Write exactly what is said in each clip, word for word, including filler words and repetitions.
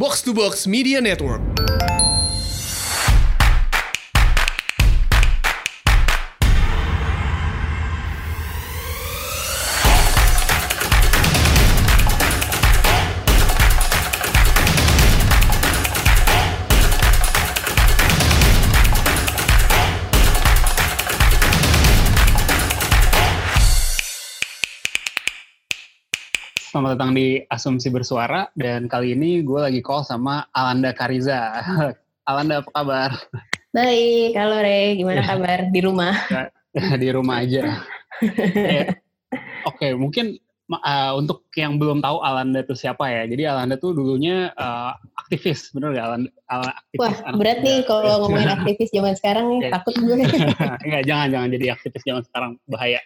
Box to Box Media Network. Selamat datang di Asumsi Bersuara, dan kali ini gue lagi call sama Alanda Kariza. Alanda, apa kabar? Baik, halo Re, gimana kabar di rumah? Di rumah aja. eh, Oke, okay, mungkin uh, untuk yang belum tahu Alanda itu siapa ya. Jadi Alanda tuh dulunya uh, aktivis, bener gak Alanda? Aktivis. Wah, berat nih kalau ngomongin aktivis zaman sekarang nih, takut gue. Enggak, jangan, jangan jadi aktivis zaman sekarang, bahaya.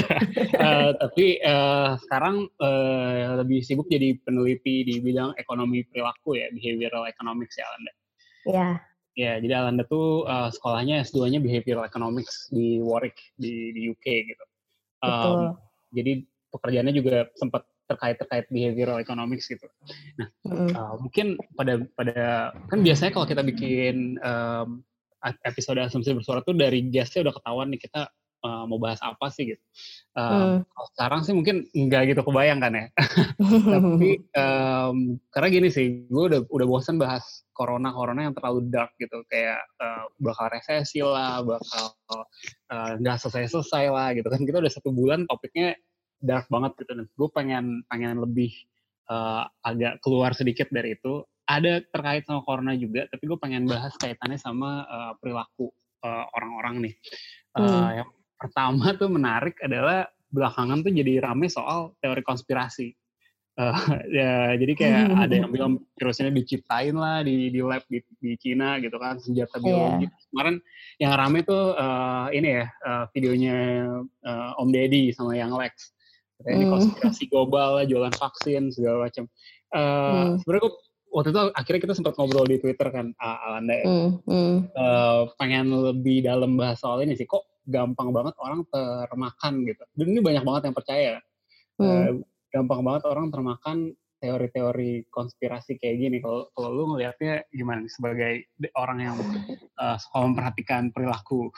uh, tapi uh, sekarang uh, lebih sibuk jadi peneliti di bidang ekonomi perilaku ya, behavioral economics ya Alanda. Iya. Ya, jadi Alanda tuh uh, sekolahnya S dua-nya behavioral economics di Warwick di, di U K gitu. Um, Betul. Jadi pekerjaannya juga sempat terkait-terkait behavioral economics gitu. Nah, mm. uh, mungkin pada pada kan biasanya kalau kita bikin um, episode Asumsi Bersuara tuh dari guest-nya udah ketahuan nih kita uh, mau bahas apa sih gitu. Um, mm. Kalau sekarang sih mungkin nggak gitu kebayang kan ya. Tapi um, karena gini sih, gue udah udah bosan bahas corona-corona yang terlalu dark gitu, kayak uh, bakal resesi lah, bakal nggak uh, selesai-selesai lah gitu kan. Kita udah satu bulan topiknya dark banget gitu. Dan gue pengen pengen lebih uh, agak keluar sedikit dari itu. Ada terkait sama corona juga, tapi gue pengen bahas kaitannya sama uh, perilaku uh, orang-orang nih. Uh, hmm. Yang pertama tuh menarik adalah belakangan tuh jadi rame soal teori konspirasi. Uh, ya, jadi kayak ada yang bilang virusnya diciptain lah di di lab di, di Cina gitu kan, senjata biologi. Yeah. Kemarin yang rame tuh uh, ini ya uh, videonya uh, Om Deddy sama yang Lex. Katanya mm. ini konspirasi global lah, jualan vaksin segala macam. Uh, mm. Sebenarnya gue waktu itu akhirnya kita sempat ngobrol di Twitter kan, Alanda ya. Mm. Mm. Uh, pengen lebih dalam bahas soal ini sih, kok gampang banget orang termakan gitu. Dan ini banyak banget yang percaya. Mm. Uh, gampang banget orang termakan teori-teori konspirasi kayak gini. Kalau kalau lu ngelihatnya gimana nih sebagai orang yang uh, suka memperhatikan perilaku?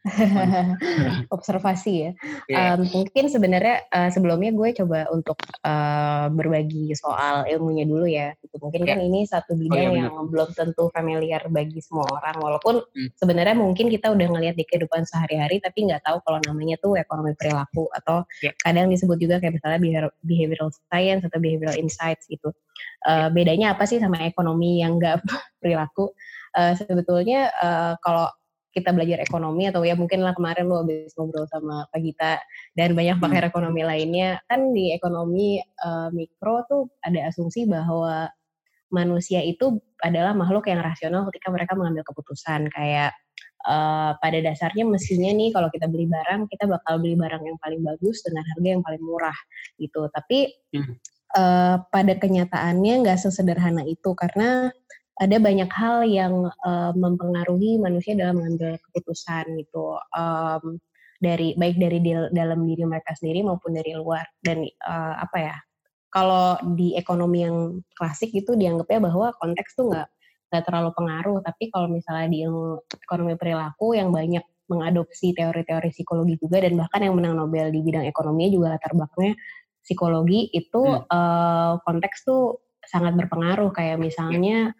Observasi ya. Yeah. Um, mungkin sebenarnya uh, sebelumnya gue coba untuk uh, berbagi soal ilmunya dulu ya. Gitu. Mungkin yeah. kan ini satu bidang oh, yeah, yang belum tentu familiar bagi semua orang. Walaupun hmm. sebenarnya mungkin kita udah ngelihat di kehidupan sehari-hari, tapi nggak tahu kalau namanya tuh ekonomi perilaku atau yeah. kadang disebut juga kayak misalnya behavioral science atau behavioral insights gitu. Uh, yeah. Bedanya apa sih sama ekonomi yang nggak perilaku? Uh, sebetulnya uh, kalau kita belajar ekonomi atau ya mungkin lah kemarin lu habis ngobrol sama Pak Gita dan banyak pakar hmm. ekonomi lainnya, kan di ekonomi uh, mikro tuh ada asumsi bahwa manusia itu adalah makhluk yang rasional ketika mereka mengambil keputusan. Kayak uh, pada dasarnya mestinya nih kalau kita beli barang, kita bakal beli barang yang paling bagus dengan harga yang paling murah gitu. Tapi hmm. uh, pada kenyataannya nggak sesederhana itu, karena ada banyak hal yang uh, mempengaruhi manusia dalam mengambil keputusan gitu, um, dari baik dari di, dalam diri mereka sendiri maupun dari luar. Dan uh, apa ya, kalau di ekonomi yang klasik gitu dianggapnya bahwa konteks tuh nggak nggak terlalu pengaruh. Tapi kalau misalnya di ilmu ekonomi perilaku yang banyak mengadopsi teori-teori psikologi juga, dan bahkan yang menang Nobel di bidang ekonomi juga latar belakangnya psikologi, itu hmm. uh, konteks tuh sangat berpengaruh. Kayak misalnya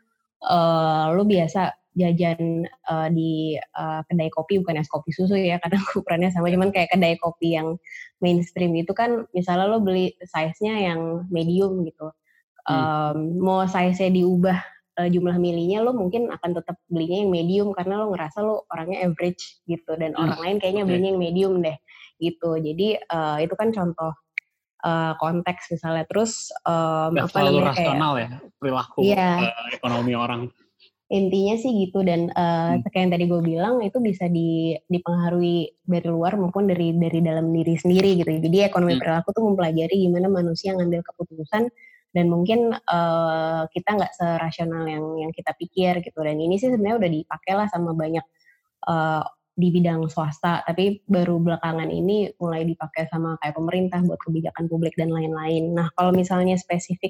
Uh, lu biasa jajan uh, di uh, kedai kopi, bukan es kopi susu ya, karena ukurannya sama, cuman kayak kedai kopi yang mainstream itu kan, misalnya lu beli size-nya yang medium gitu, um, hmm. mau size-nya diubah uh, jumlah milinya, lu mungkin akan tetap belinya yang medium karena lu ngerasa lu orangnya average gitu, dan hmm. orang lain kayaknya belinya yang medium deh gitu. Jadi uh, itu kan contoh Uh, konteks misalnya. Terus um, apa namanya rasional kayak, ya perilaku yeah. uh, ekonomi orang. Intinya sih gitu. Dan uh, hmm. kayak yang tadi gue bilang, itu bisa di, dipengaruhi dari luar maupun dari dari dalam diri sendiri gitu. Jadi ekonomi hmm. perilaku tuh mempelajari gimana manusia ngambil keputusan, dan mungkin uh, kita nggak serasional yang yang kita pikir gitu. Dan ini sih sebenarnya udah dipakai lah sama banyak uh, di bidang swasta, tapi baru belakangan ini mulai dipakai sama kayak pemerintah buat kebijakan publik dan lain-lain. Nah, kalau misalnya spesifik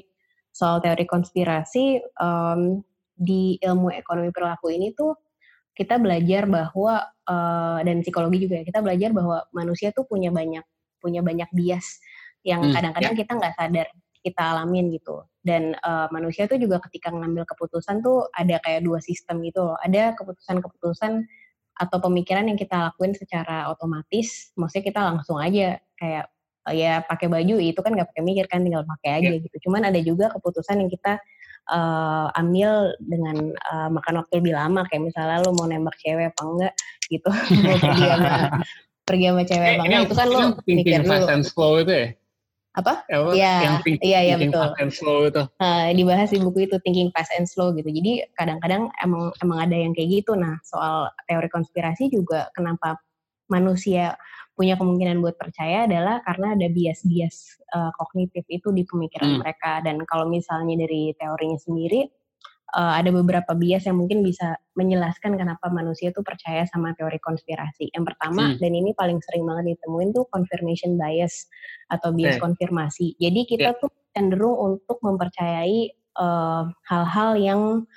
soal teori konspirasi, um, di ilmu ekonomi perilaku ini tuh kita belajar bahwa uh, dan psikologi juga ya, kita belajar bahwa manusia tuh punya banyak punya banyak bias yang Hmm, kadang-kadang ya. kita nggak sadar kita alamin gitu. Dan uh, manusia tuh juga ketika ngambil keputusan tuh ada kayak dua sistem gitu loh. Ada keputusan-keputusan atau pemikiran yang kita lakuin secara otomatis, maksudnya kita langsung aja kayak uh, ya pakai baju itu kan nggak pakai mikir kan, tinggal pakai aja Ya. gitu. Cuman ada juga keputusan yang kita uh, ambil dengan uh, makan waktu lebih lama, kayak misalnya lu mau nembak cewek apa enggak gitu, mau pergi sama pergi sama cewek Eh, apa ini enggak yang, itu kan ini lu yang mikir thinking dulu. fast and slow itu ya? Apa? Eh, apa? Iya, Yang think, iya, iya thinking betul. fast and slow itu. Uh, dibahas di buku itu Thinking Fast and Slow gitu. Jadi kadang-kadang emang emang ada yang kayak gitu. Nah, soal teori konspirasi juga kenapa manusia punya kemungkinan buat percaya adalah karena ada bias-bias uh, kognitif itu di pemikiran Hmm. mereka. Dan kalau misalnya dari teorinya sendiri, uh, ada beberapa bias yang mungkin bisa menjelaskan kenapa manusia tuh percaya sama teori konspirasi. Yang pertama, Hmm. dan ini paling sering banget ditemuin tuh confirmation bias atau bias Okay. konfirmasi. Jadi kita yeah. tuh cenderung untuk mempercayai uh, hal-hal yang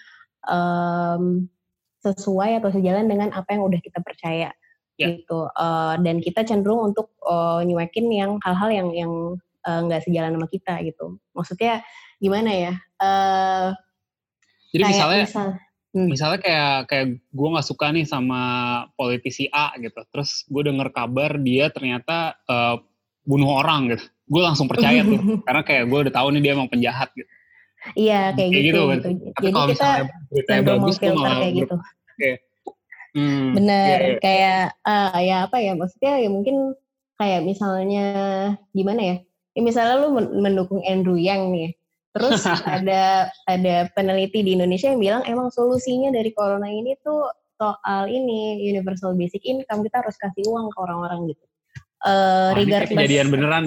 um, sesuai atau sejalan dengan apa yang udah kita percaya. Yeah. Gitu. Uh, dan kita cenderung untuk uh, nyuekin yang hal-hal yang yang nggak uh, sejalan sama kita gitu. Maksudnya gimana ya? Uh, Jadi misalnya, misal, hmm. misalnya kayak kayak gue nggak suka nih sama politisi A gitu, terus gue denger kabar dia ternyata uh, bunuh orang gitu, gue langsung percaya tuh, karena kayak gue udah tahu nih dia emang penjahat gitu. Iya kayak, kayak gitu. gitu. gitu. Tapi jadi kita cenderung memfilter kayak ber- gitu. Okay. Hmm, Bener, yeah, yeah. kayak uh, ya apa ya, maksudnya ya mungkin kayak misalnya gimana ya, ya misalnya lu mendukung Andrew Yang nih. Terus ada ada peneliti di Indonesia yang bilang emang solusinya dari corona ini tuh soal ini universal basic income, kita harus kasih uang ke orang-orang gitu. Uh, oh, regardless. Ini kejadian beneran.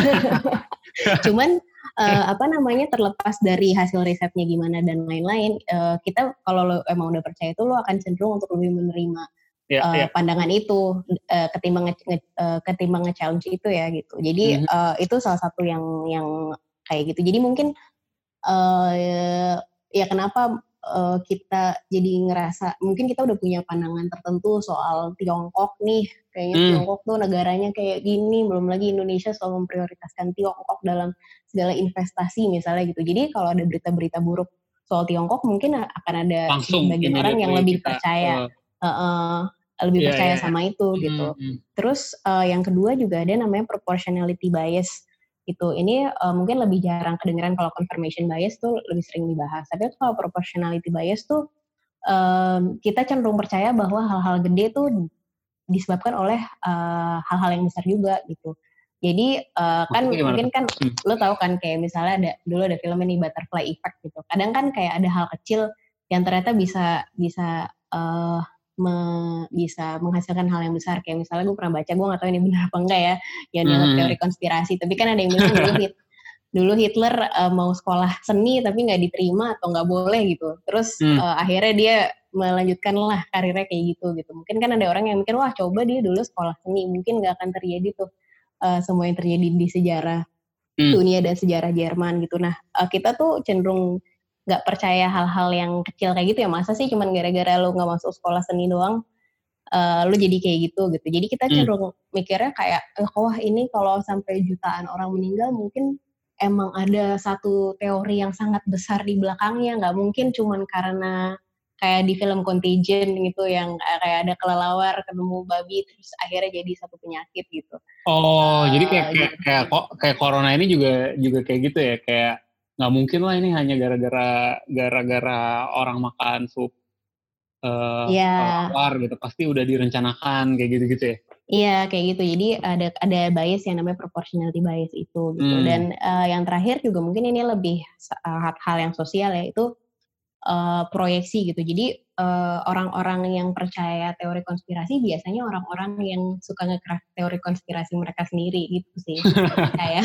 Cuman uh, apa namanya terlepas dari hasil risetnya gimana dan lain-lain, uh, kita kalau lo emang udah percaya itu lo akan cenderung untuk lebih menerima yeah, uh, yeah. pandangan itu uh, ketimbang nge, nge, uh, ketimbang nge-challenge itu ya gitu. Jadi mm-hmm. uh, itu salah satu yang yang kayak gitu. Jadi mungkin Uh, ya kenapa uh, kita jadi ngerasa mungkin kita udah punya pandangan tertentu soal Tiongkok nih, kayaknya hmm. Tiongkok tuh negaranya kayak gini, belum lagi Indonesia selalu memprioritaskan Tiongkok dalam segala investasi misalnya gitu. Jadi kalau ada berita-berita buruk soal Tiongkok mungkin akan ada sebagian orang yang lebih kita, percaya uh, uh, lebih yeah, percaya yeah, sama yeah. itu hmm, gitu. Hmm. Terus uh, yang kedua juga ada namanya proportionality bias. Itu ini uh, mungkin lebih jarang kedengeran. Kalau confirmation bias tuh lebih sering dibahas, tapi kalau proportionality bias tuh um, kita cenderung percaya bahwa hal-hal gede tuh disebabkan oleh uh, hal-hal yang besar juga gitu. Jadi uh, kan mungkin kan hmm. lo tahu kan kayak misalnya ada dulu ada film ini Butterfly Effect gitu. Kadang kan kayak ada hal kecil yang ternyata bisa bisa uh, Me, bisa menghasilkan hal yang besar. Kayak misalnya gue pernah baca, gue gak tahu ini benar apa enggak ya, yang dianggap hmm. teori konspirasi, tapi kan ada yang bilang dulu, hit, dulu Hitler uh, mau sekolah seni tapi gak diterima atau gak boleh gitu, terus hmm. uh, akhirnya dia melanjutkan lah karirnya kayak gitu gitu. Mungkin kan ada orang yang mikir, wah coba dia dulu sekolah seni, mungkin gak akan terjadi tuh uh, semua yang terjadi di sejarah hmm. dunia dan sejarah Jerman gitu. Nah uh, kita tuh cenderung nggak percaya hal-hal yang kecil kayak gitu ya, masa sih cuman gara-gara lo nggak masuk sekolah seni doang uh, lo jadi kayak gitu gitu. Jadi kita cenderung hmm. mikirnya kayak wah ini kalau sampai jutaan orang meninggal mungkin emang ada satu teori yang sangat besar di belakangnya, nggak mungkin cuman karena kayak di film Contagion gitu yang kayak ada kelelawar ketemu babi terus akhirnya jadi satu penyakit gitu. Oh uh, jadi kayak kayak, gitu. kayak kok kayak corona ini juga juga kayak gitu ya, kayak nggak mungkin lah ini hanya gara-gara gara-gara orang makan sup uh, yeah. kelelawar gitu, pasti udah direncanakan kayak gitu-gitu ya. Iya kayak gitu. Jadi ada ada bias yang namanya proportionality bias itu gitu. Hmm. Dan uh, yang terakhir juga mungkin ini lebih uh, hal yang sosial ya, itu uh, proyeksi gitu. Jadi uh, orang-orang yang percaya teori konspirasi biasanya orang-orang yang suka nge-craft teori konspirasi mereka sendiri gitu sih. Kayak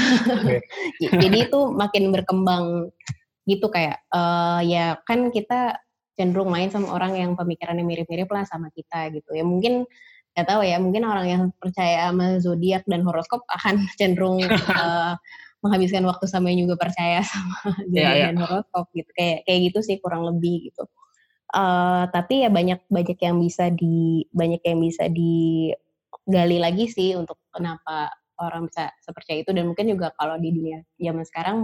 jadi itu makin berkembang gitu kayak uh, ya kan kita cenderung main sama orang yang pemikirannya mirip-mirip lah sama kita gitu. Ya mungkin nggak tahu ya, mungkin orang yang percaya sama zodiak dan horoskop akan cenderung uh, menghabiskan waktu sama yang juga percaya sama zodiak yeah, yeah. dan horoskop gitu. Kayak kayak gitu sih kurang lebih gitu. Uh, tapi ya banyak banyak yang bisa di banyak yang bisa digali lagi sih untuk kenapa orang bisa sepercaya itu, dan mungkin juga kalau di dunia zaman sekarang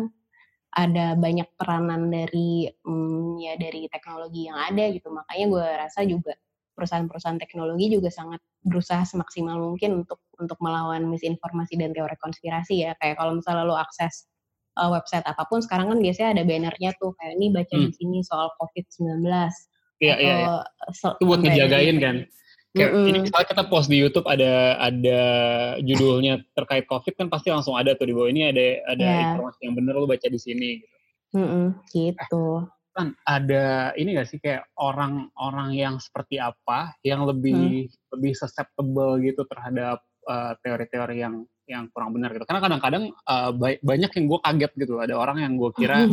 ada banyak peranan dari hmm, ya dari teknologi yang ada gitu. Makanya gue rasa juga perusahaan-perusahaan teknologi juga sangat berusaha semaksimal mungkin untuk untuk melawan misinformasi dan teori konspirasi ya. Kayak kalau misalnya lo akses uh, website apapun sekarang kan biasanya ada bannernya tuh kayak ini baca hmm. di sini soal covid sembilan belas. Iya, iya, iya. Itu buat ngejagain kan. Kayak mm-hmm. ini misalnya kita post di YouTube ada ada judulnya terkait COVID kan pasti langsung ada tuh di bawah ini ada ada yeah. informasi yang benar lo baca di sini gitu. Mm-hmm, gitu. Eh, kan ada ini nggak sih kayak orang-orang yang seperti apa yang lebih hmm. lebih susceptible gitu terhadap uh, teori-teori yang yang kurang benar gitu. Karena kadang-kadang uh, banyak yang gue kaget gitu. Ada orang yang gue kira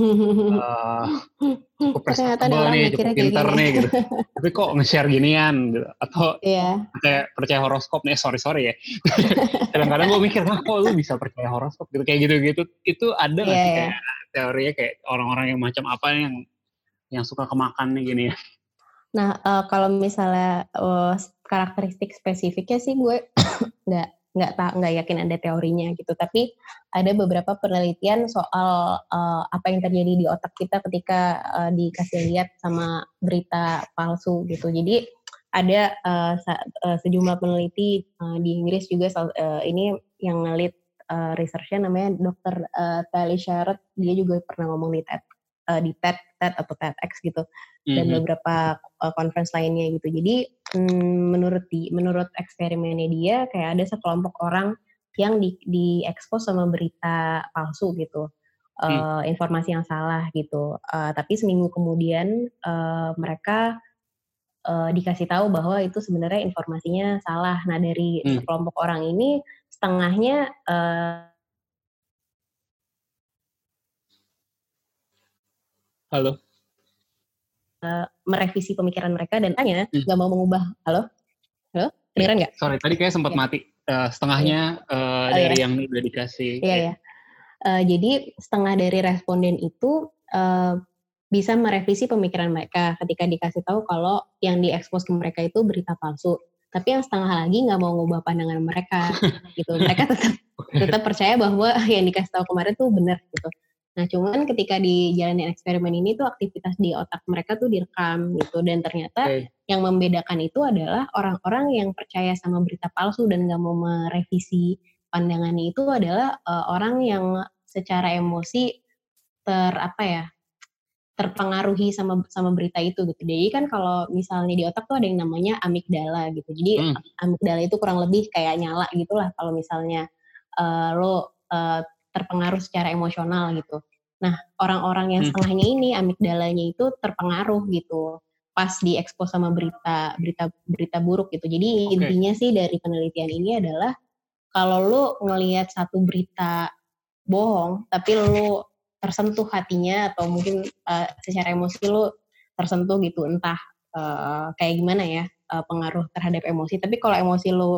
uh, cukup respectable nih, cukup pinter nih gitu. Tapi kok nge-share ginian gitu. Atau yeah. percaya, percaya horoskop nih, sorry sorry ya. Kadang-kadang gue mikir, wah kok lu bisa percaya horoskop gitu. Kayak gitu-gitu. Itu ada nggak yeah, sih kayak yeah. teorinya kayak orang-orang yang macam apa yang yang suka kemakan nih gini ya? Nah uh, kalau misalnya uh, karakteristik spesifiknya sih gue nggak nggak tak nggak yakin ada teorinya gitu, tapi ada beberapa penelitian soal uh, apa yang terjadi di otak kita ketika uh, dikasih lihat sama berita palsu gitu. Jadi ada uh, uh, sejumlah peneliti uh, di Inggris juga uh, ini yang ngelit uh, researchnya namanya dokter uh, Tali Sharot, dia juga pernah ngomong di TED uh, di TED TED atau TEDx gitu mm-hmm. dan beberapa uh, conference lainnya gitu. Jadi mm, menurut di menurut eksperimennya dia kayak ada sekelompok orang yang di diekspos sama berita palsu gitu, uh, mm. informasi yang salah gitu. Uh, tapi seminggu kemudian uh, mereka uh, dikasih tahu bahwa itu sebenarnya informasinya salah. Nah dari mm. sekelompok orang ini setengahnya uh, halo Uh, merevisi pemikiran mereka dan tanya nggak hmm. mau mengubah. Halo, halo, kedengeran nggak? Sorry, tadi kayak sempat ya. mati. Uh, setengahnya uh, oh, dari ya. yang udah dikasih. Iya ya. Uh, jadi setengah dari responden itu uh, bisa merevisi pemikiran mereka ketika dikasih tahu kalau yang diekspos ke mereka itu berita palsu. Tapi yang setengah lagi nggak mau ngubah pandangan mereka, gitu. Mereka tetap tetap percaya bahwa yang dikasih tahu kemarin tuh benar, gitu. Nah, cuman ketika dijalanin eksperimen ini tuh aktivitas di otak mereka tuh direkam gitu, dan ternyata okay. yang membedakan itu adalah orang-orang yang percaya sama berita palsu dan nggak mau merevisi pandangannya itu adalah uh, orang yang secara emosi ter apa ya terpengaruhi sama sama berita itu gitu. Jadi kan kalau misalnya di otak tuh ada yang namanya amigdala gitu. Jadi hmm. amigdala itu kurang lebih kayak nyala gitulah kalau misalnya uh, lo uh, terpengaruh secara emosional gitu. Nah, orang-orang yang setengahnya ini amigdalanya itu terpengaruh gitu pas diekspos sama berita berita berita buruk gitu. Jadi okay. intinya sih dari penelitian ini adalah kalau lu ngelihat satu berita bohong tapi lu tersentuh hatinya atau mungkin uh, secara emosi lu tersentuh gitu, entah uh, kayak gimana ya uh, pengaruh terhadap emosi. Tapi kalau emosi lu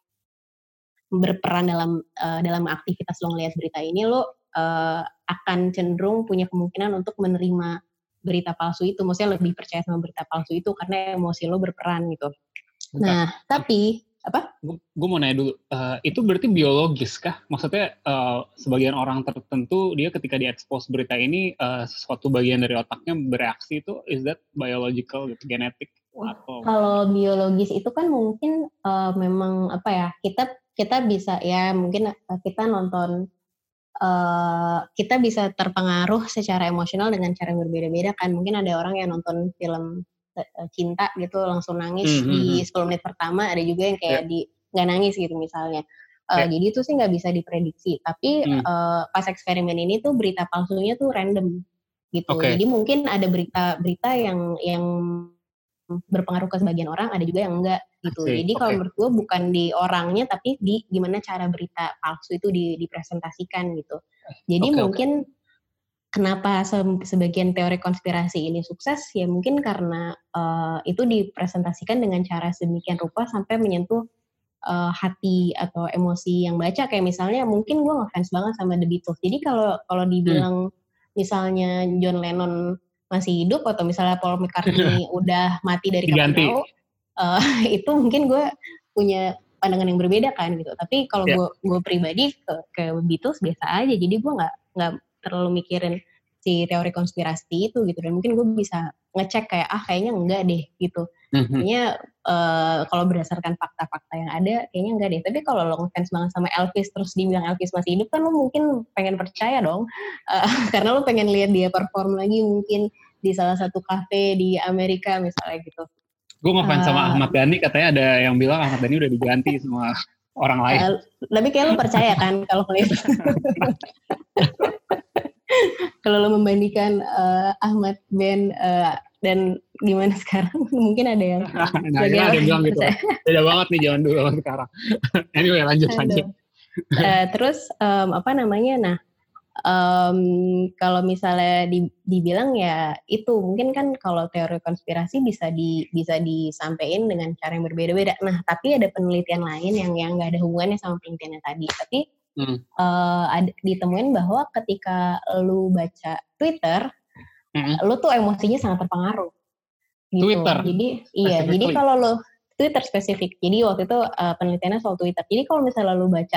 berperan dalam uh, dalam aktivitas lo ngelihat berita ini, lo uh, akan cenderung punya kemungkinan untuk menerima berita palsu itu, maksudnya lebih percaya sama berita palsu itu karena emosi lo berperan gitu. Bentar. Nah, tapi apa? Gue mau nanya dulu, uh, itu berarti biologis kah? Maksudnya uh, sebagian orang tertentu dia ketika diekspos berita ini uh, sesuatu bagian dari otaknya bereaksi, itu is that biological gitu, genetik? Atau... Kalau biologis itu kan mungkin uh, memang apa ya, kita kita bisa ya mungkin kita nonton uh, kita bisa terpengaruh secara emosional dengan cara yang berbeda-beda kan. Mungkin ada orang yang nonton film uh, cinta gitu langsung nangis mm-hmm. di sepuluh menit pertama, ada juga yang kayak yeah. di nggak nangis gitu misalnya. Uh, yeah. Jadi itu sih nggak bisa diprediksi. Tapi mm. uh, pas eksperimen ini tuh berita palsunya tuh random gitu. Okay. Jadi mungkin ada berita-berita yang yang berpengaruh ke sebagian orang, ada juga yang enggak gitu. See, Jadi okay. kalau menurut gue bukan di orangnya, tapi di gimana cara berita palsu itu di, dipresentasikan gitu. Jadi okay, mungkin okay. kenapa se- sebagian teori konspirasi ini sukses, ya mungkin karena uh, itu dipresentasikan dengan cara sedemikian rupa sampai menyentuh uh, hati atau emosi yang baca. Kayak misalnya mungkin gue ngefans banget sama The Beatles. Jadi kalau kalau dibilang hmm. misalnya John Lennon masih hidup atau misalnya Paul McCartney udah mati dari kapan tahu, uh, itu mungkin gue punya pandangan yang berbeda kan gitu. Tapi kalau gue yeah. gue pribadi ke, ke Beatles biasa aja. Jadi gue nggak nggak terlalu mikirin si teori konspirasi itu gitu. Dan mungkin gue bisa ngecek kayak ah kayaknya enggak deh gitu. Mm-hmm. Kayaknya uh, kalau berdasarkan fakta-fakta yang ada kayaknya enggak deh. Tapi kalau lo ngefans banget sama Elvis terus dibilang Elvis masih hidup kan lo mungkin pengen percaya dong. Uh, karena lo pengen lihat dia perform lagi mungkin di salah satu kafe di Amerika misalnya gitu. Gue ngefans uh, sama Ahmad Dhani, katanya ada yang bilang Ahmad Dhani udah diganti sama orang lain. Uh, tapi kayak lo percaya kan kalau ngeliat kalau lo membandingkan uh, Ahmad Ben uh, dan gimana sekarang mungkin ada yang nah, ada yang bilang gitu. Beda banget nih zaman dulu sama sekarang. Anyway lanjut lanjut. Uh, terus um, apa namanya? Nah, um, kalau misalnya di, dibilang ya itu mungkin kan kalau teori konspirasi bisa di bisa disampaikan dengan cara yang berbeda-beda. Nah, tapi ada penelitian lain yang yang nggak ada hubungannya sama penelitiannya tadi. Tapi hmm. uh, ada, ditemuin bahwa ketika lu baca Twitter, hmm. lu tuh emosinya sangat terpengaruh. Gitu. Twitter. Jadi iya, jadi kalau lu Twitter spesifik. Jadi waktu itu uh, penelitiannya soal Twitter. Jadi kalau misalnya lu baca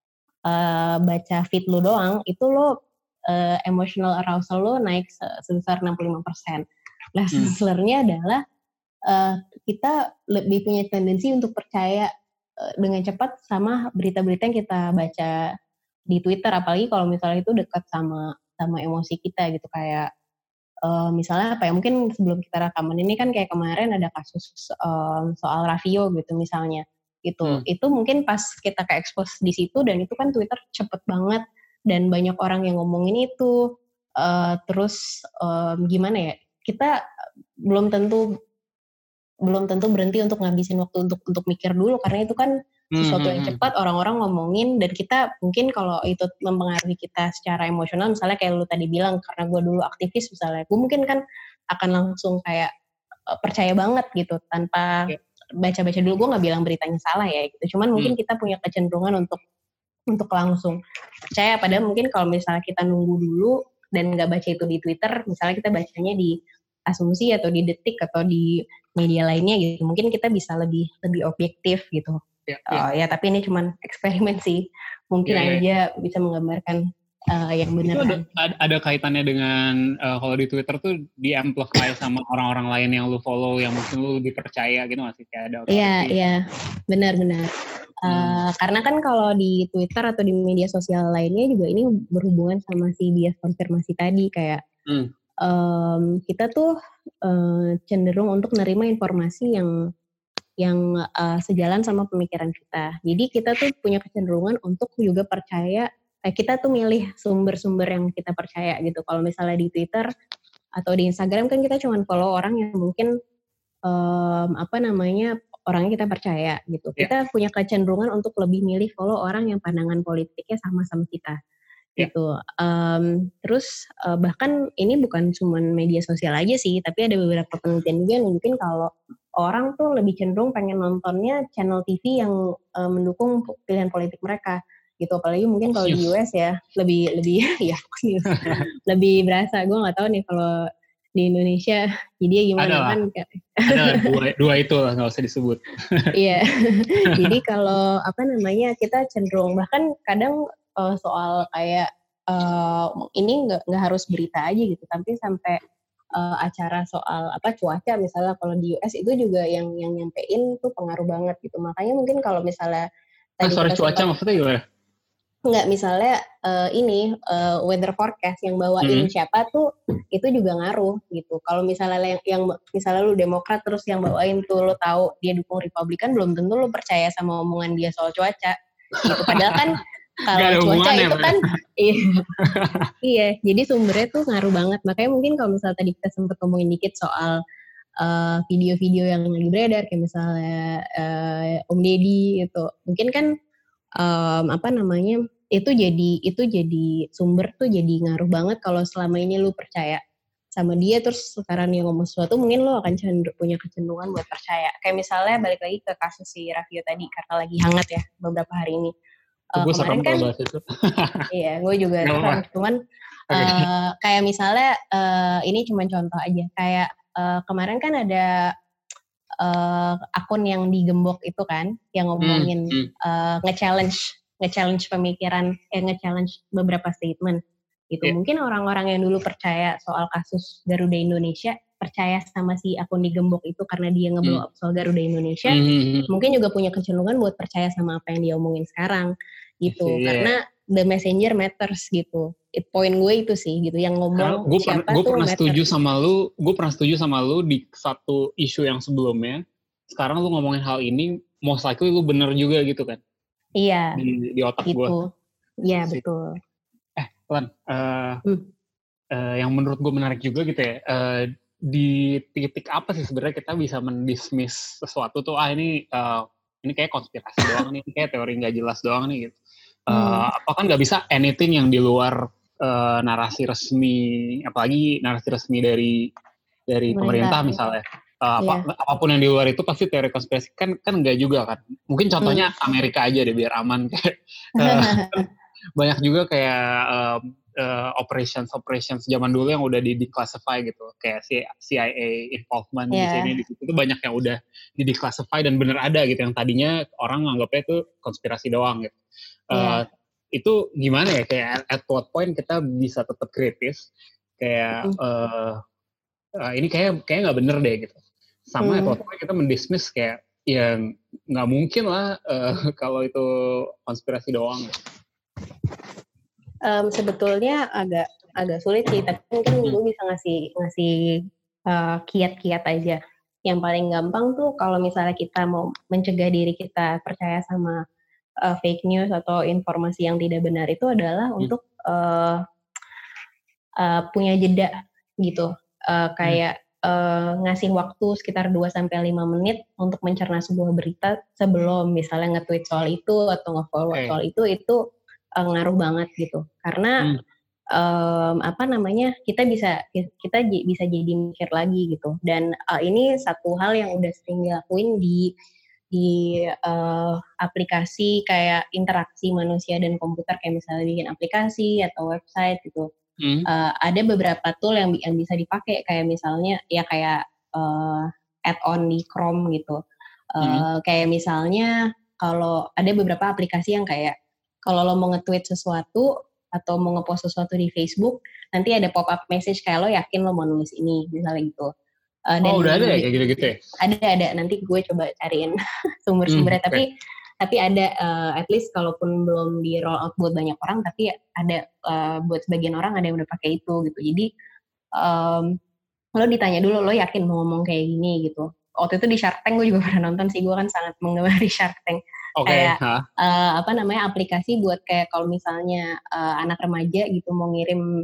Uh, baca feed lu doang, itu lo uh, emotional arousal lo naik sebesar enam puluh lima persen. Nah, hmm. sebenarnya adalah uh, kita lebih punya tendensi untuk percaya uh, dengan cepat sama berita-berita yang kita baca di Twitter, apalagi kalau misalnya itu dekat sama sama emosi kita gitu, kayak uh, misalnya apa ya, mungkin sebelum kita rekaman ini kan kayak kemarin ada kasus um, soal Raffio gitu misalnya. Gitu. Hmm. Itu mungkin pas kita ke expose di situ dan itu kan Twitter cepet banget dan banyak orang yang ngomongin itu uh, terus um, gimana ya, kita belum tentu belum tentu berhenti untuk ngabisin waktu untuk untuk mikir dulu karena itu kan sesuatu yang cepat, orang-orang ngomongin dan kita mungkin kalau itu mempengaruhi kita secara emosional, misalnya kayak lu tadi bilang karena gue dulu aktivis misalnya, gue mungkin kan akan langsung kayak uh, percaya banget gitu tanpa okay. baca-baca dulu. Gue nggak bilang beritanya salah ya gitu, cuman mungkin hmm. kita punya kecenderungan untuk untuk langsung percaya, padahal mungkin kalau misalnya kita nunggu dulu dan nggak baca itu di Twitter, misalnya kita bacanya di Asumsi atau di Detik atau di media lainnya gitu, mungkin kita bisa lebih lebih objektif gitu ya, ya. Uh, ya tapi ini cuman eksperimen sih, mungkin ya, aja ya. bisa menggambarkan Uh, yang benar. Itu ada, ada kaitannya dengan uh, kalau di Twitter tuh di amplify sama orang-orang lain yang lu follow yang mungkin lu lebih percaya gitu masih kayak ada. Iya iya benar-benar. Uh, hmm. Karena kan kalau di Twitter atau di media sosial lainnya juga ini berhubungan sama si bias konfirmasi tadi, kayak hmm. um, kita tuh uh, cenderung untuk menerima informasi yang yang uh, sejalan sama pemikiran kita. Jadi kita tuh punya kecenderungan untuk juga percaya. Kita tuh milih sumber-sumber yang kita percaya gitu. Kalau misalnya di Twitter atau di Instagram kan kita cuma follow orang yang mungkin um, apa namanya orangnya kita percaya gitu. Yeah. Kita punya kecenderungan untuk lebih milih follow orang yang pandangan politiknya sama-sama kita gitu. Yeah. Um, terus uh, bahkan ini bukan cuma media sosial aja sih, tapi ada beberapa penelitian juga yang mungkin kalau orang tuh lebih cenderung pengen nontonnya channel T V yang uh, mendukung pilihan politik mereka. Gitu, apalagi mungkin kalau di U S ya lebih lebih ya lebih berasa. Gue nggak tahu nih kalau di Indonesia jadi gimana ada kan? Ada dua, dua itu lah, nggak usah disebut. Iya, jadi kalau apa namanya kita cenderung bahkan kadang uh, soal kayak uh, ini nggak nggak harus berita aja gitu, tapi sampai uh, acara soal apa cuaca misalnya kalau di U S itu juga yang yang nyampein tuh pengaruh banget gitu. Makanya mungkin kalau misalnya tadi ah, sorry cuaca sempat, maksudnya gimana? Enggak, misalnya uh, ini uh, weather forecast yang bawain hmm. siapa tuh itu juga ngaruh gitu. Kalau misalnya yang, yang misalnya lu Demokrat terus yang bawain tuh lu tahu dia dukung Republikan, belum tentu lu percaya sama omongan dia soal cuaca gitu. Padahal kan kalau cuaca itu kan iya, iya, jadi sumbernya tuh ngaruh banget. Makanya mungkin kalau misalnya tadi kita sempat ngomongin dikit soal uh, video-video yang lagi beredar kayak misalnya uh, Om Deddy gitu, mungkin kan Um, apa namanya itu jadi itu jadi sumber tuh jadi ngaruh banget kalau selama ini lu percaya sama dia, terus sekarang dia ngomong sesuatu, mungkin lo akan cenderung punya kecenderungan buat percaya. Kayak misalnya balik lagi ke kasus si Raffio tadi, karena lagi hangat ya beberapa hari ini. Uh, gue kemarin kan, itu. Iya, gue juga serem. Cuman okay. uh, kayak misalnya uh, ini cuma contoh aja. Kayak uh, kemarin kan ada uh, akun yang digembok itu kan, yang ngomongin hmm, hmm. Uh, nge-challenge, nge-challenge pemikiran, eh nge-challenge beberapa statement. Gitu. Yeah. Mungkin orang-orang yang dulu percaya soal kasus Garuda Indonesia, percaya sama si akun digembok itu karena dia nge-blow up soal Garuda Indonesia, mm-hmm. mungkin juga punya kecenderungan buat percaya sama apa yang dia omongin sekarang gitu. Yeah. Karena the messenger matters gitu. It point gue itu sih gitu, yang ngomong gue siapa per, gue tuh pernah matter. setuju sama lu, gue pernah setuju sama lu di satu isu yang sebelumnya. Sekarang lu ngomongin hal ini, most likely lu bener juga gitu kan? Iya. Di, di otak gitu. gue. Iya betul. Eh, Lan, uh, hmm. uh, yang menurut gue menarik juga gitu ya, uh, di titik apa sih sebenarnya kita bisa mendismiss sesuatu tuh, ah ini uh, ini kayak konspirasi doang nih, ini kayak teori nggak jelas doang nih gitu. Uh, hmm. Apakah nggak bisa anything yang di luar uh, narasi resmi, apalagi narasi resmi dari dari pemerintah, pemerintah misalnya. Uh, apa, yeah. Apapun yang di luar itu pasti teori konspirasi, kan kan nggak juga kan. Mungkin contohnya hmm. Amerika aja deh biar aman kayak. Uh, banyak juga kayak um, uh, operations operations zaman dulu yang udah di declassify gitu, kayak C I A involvement yeah. di sini di situ itu banyak yang udah di declassify dan bener ada gitu, yang tadinya orang nganggapnya itu konspirasi doang gitu. Uh, yeah. Itu gimana ya, kayak at what point kita bisa tetap kritis kayak mm. uh, uh, ini kayak kayak nggak bener deh gitu, sama mm. at what point kita mendismiss kayak ya nggak mungkin lah uh, kalau itu konspirasi doang gitu. Um, sebetulnya agak agak sulit sih, tapi mungkin gue bisa ngasih ngasih uh, kiat-kiat aja. Yang paling gampang tuh kalau misalnya kita mau mencegah diri kita percaya sama uh, fake news atau informasi yang tidak benar itu adalah hmm. untuk uh, uh, punya jeda gitu, uh, kayak hmm. uh, ngasih waktu sekitar dua sampai lima menit untuk mencerna sebuah berita sebelum misalnya nge-tweet soal itu atau nge-forward hey. soal itu itu Uh, ngaruh banget gitu, karena hmm. um, apa namanya kita bisa kita j- bisa jadi mikir lagi gitu, dan uh, ini satu hal yang udah sering dilakuin di di uh, aplikasi kayak interaksi manusia dan komputer, kayak misalnya bikin aplikasi atau website gitu. hmm. Uh, ada beberapa tool yang yang bisa dipakai, kayak misalnya ya kayak uh, add-on di Chrome gitu, uh, hmm. kayak misalnya kalau ada beberapa aplikasi yang kayak kalau lo mau nge-tweet sesuatu atau mau nge-post sesuatu di Facebook, nanti ada pop-up message kayak lo yakin lo mau nulis ini, misalnya gitu. Uh, dan oh udah ada ya kayak gitu-gitu ya? Ada, ada. Nanti gue coba cariin sumber-sumbernya. Hmm, tapi okay. tapi ada, uh, at least kalaupun belum di roll out buat banyak orang, tapi ada uh, buat sebagian orang ada yang udah pakai itu gitu. Jadi um, lo ditanya dulu, lo yakin mau ngomong kayak gini gitu. Waktu itu di Shark Tank gue juga pernah nonton sih, gue kan sangat menggemari Shark Tank. Okay, kayak huh? uh, apa namanya aplikasi buat kayak kalau misalnya uh, anak remaja gitu mau ngirim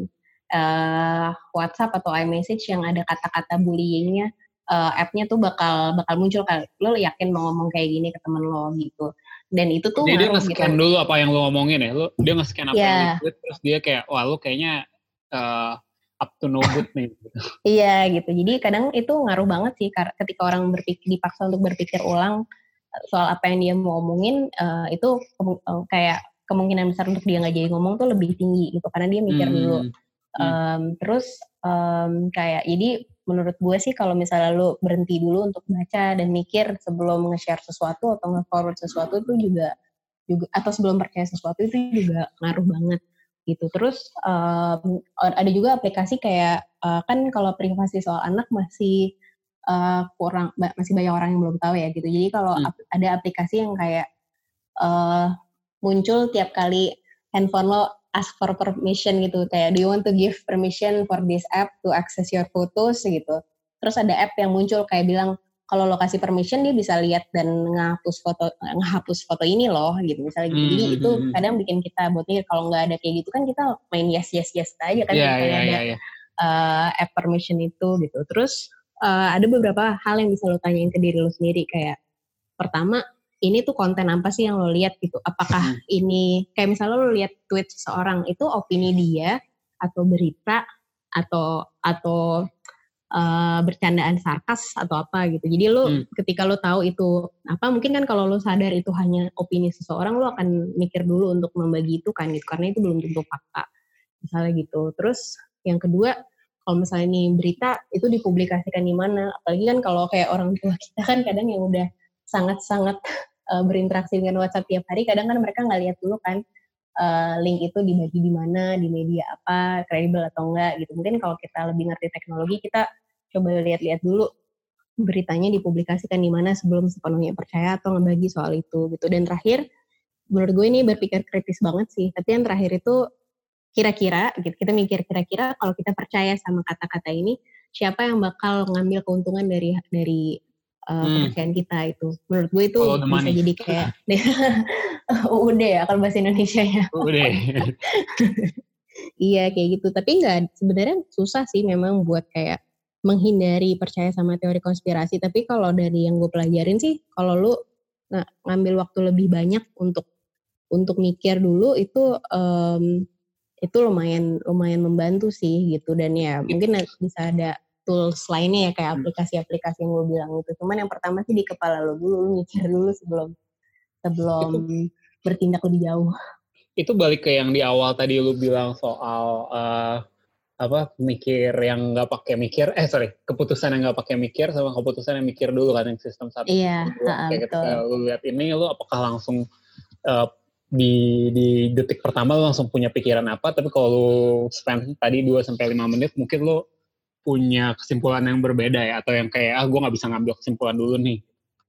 uh, WhatsApp atau iMessage yang ada kata-kata bullyingnya, uh, app-nya tuh bakal bakal muncul kan, lo yakin mau ngomong kayak gini ke temen lo gitu, dan itu tuh jadi dia nge-scan gitu. Dulu apa yang lo ngomongin ya, lo dia nge-scan apa yeah. yang lo tweet, terus dia kayak wah lo kayaknya uh, up to no good nih. Iya gitu, jadi kadang itu ngaruh banget sih ketika orang berpikir dipaksa untuk berpikir ulang soal apa yang dia mau ngomongin, uh, itu ke- uh, kayak kemungkinan besar untuk dia nggak jadi ngomong tuh lebih tinggi gitu, karena dia mikir hmm. dulu. Um, terus um, kayak jadi menurut gue sih kalau misalnya lu berhenti dulu untuk baca dan mikir sebelum nge-share sesuatu atau nge-forward sesuatu itu juga juga atau sebelum percaya sesuatu itu juga ngaruh banget gitu. Terus um, ada juga aplikasi kayak uh, kan kalau privasi soal anak masih Uh, kurang masih banyak orang yang belum tahu ya gitu. Jadi kalau hmm. ap- ada aplikasi yang kayak uh, muncul tiap kali handphone lo ask for permission gitu, kayak do you want to give permission for this app to access your photos gitu. Terus ada app yang muncul kayak bilang kalau lo kasih permission dia bisa lihat dan ngehapus foto ngehapus foto ini loh gitu misalnya gitu. Hmm. Jadi itu kadang bikin kita buat mikir, kalau nggak ada kayak gitu kan kita main yes yes yes aja kan, yeah, yeah, ada yeah, yeah. Uh, app permission itu gitu. Terus Uh, ada beberapa hal yang bisa lo tanyain ke diri lo sendiri, kayak pertama ini tuh konten apa sih yang lo lihat gitu, apakah hmm. ini kayak misalnya lo lihat tweet seseorang itu opini dia atau berita atau atau uh, bercandaan sarkas atau apa gitu. Jadi lo hmm. ketika lo tahu itu apa, mungkin kan kalau lo sadar itu hanya opini seseorang, lo akan mikir dulu untuk membagi itu kan gitu, karena itu belum tentu fakta misalnya gitu. Terus yang kedua, kalau misalnya ini berita itu dipublikasikan di mana, apalagi kan kalau kayak orang tua kita kan kadang yang udah sangat-sangat uh, berinteraksi dengan WhatsApp tiap hari, kadang kan mereka nggak lihat dulu kan uh, link itu dibagi di mana, di media apa, kredibel atau enggak gitu. Mungkin kalau kita lebih ngerti teknologi, kita coba lihat-lihat dulu beritanya dipublikasikan di mana sebelum sepenuhnya percaya atau ngebagi soal itu gitu. Dan terakhir, menurut gue ini berpikir kritis banget sih, tapi yang terakhir itu kira-kira gitu, kita mikir kira-kira kalau kita percaya sama kata-kata ini, siapa yang bakal ngambil keuntungan dari dari Uh, hmm. kepercayaan kita itu. Menurut gue itu bisa money. Jadi kayak udah ya kalau bahasa Indonesia ya. Udah. Iya kayak gitu. Tapi nggak, sebenarnya susah sih memang buat kayak menghindari percaya sama teori konspirasi. Tapi kalau dari yang gue pelajarin sih, kalau lu nah, ngambil waktu lebih banyak untuk untuk mikir dulu itu um, itu lumayan lumayan membantu sih gitu. Dan ya mungkin bisa ada tools lainnya ya kayak aplikasi-aplikasi yang gue bilang itu. Cuman yang pertama sih di kepala lo dulu, lo mikir dulu sebelum sebelum itu, bertindak lebih jauh. Itu balik ke yang di awal tadi lo bilang soal uh, apa mikir yang nggak pakai mikir, eh sorry keputusan yang nggak pakai mikir sama keputusan yang mikir dulu kan, yang sistem satu. Iya. Kayak ketika lo lihat ini, lo apakah langsung uh, di di detik pertama lo langsung punya pikiran apa? Tapi kalau lo spend tadi dua sampai lima menit, mungkin lo punya kesimpulan yang berbeda ya, atau yang kayak ah gue nggak bisa ngambil kesimpulan dulu nih.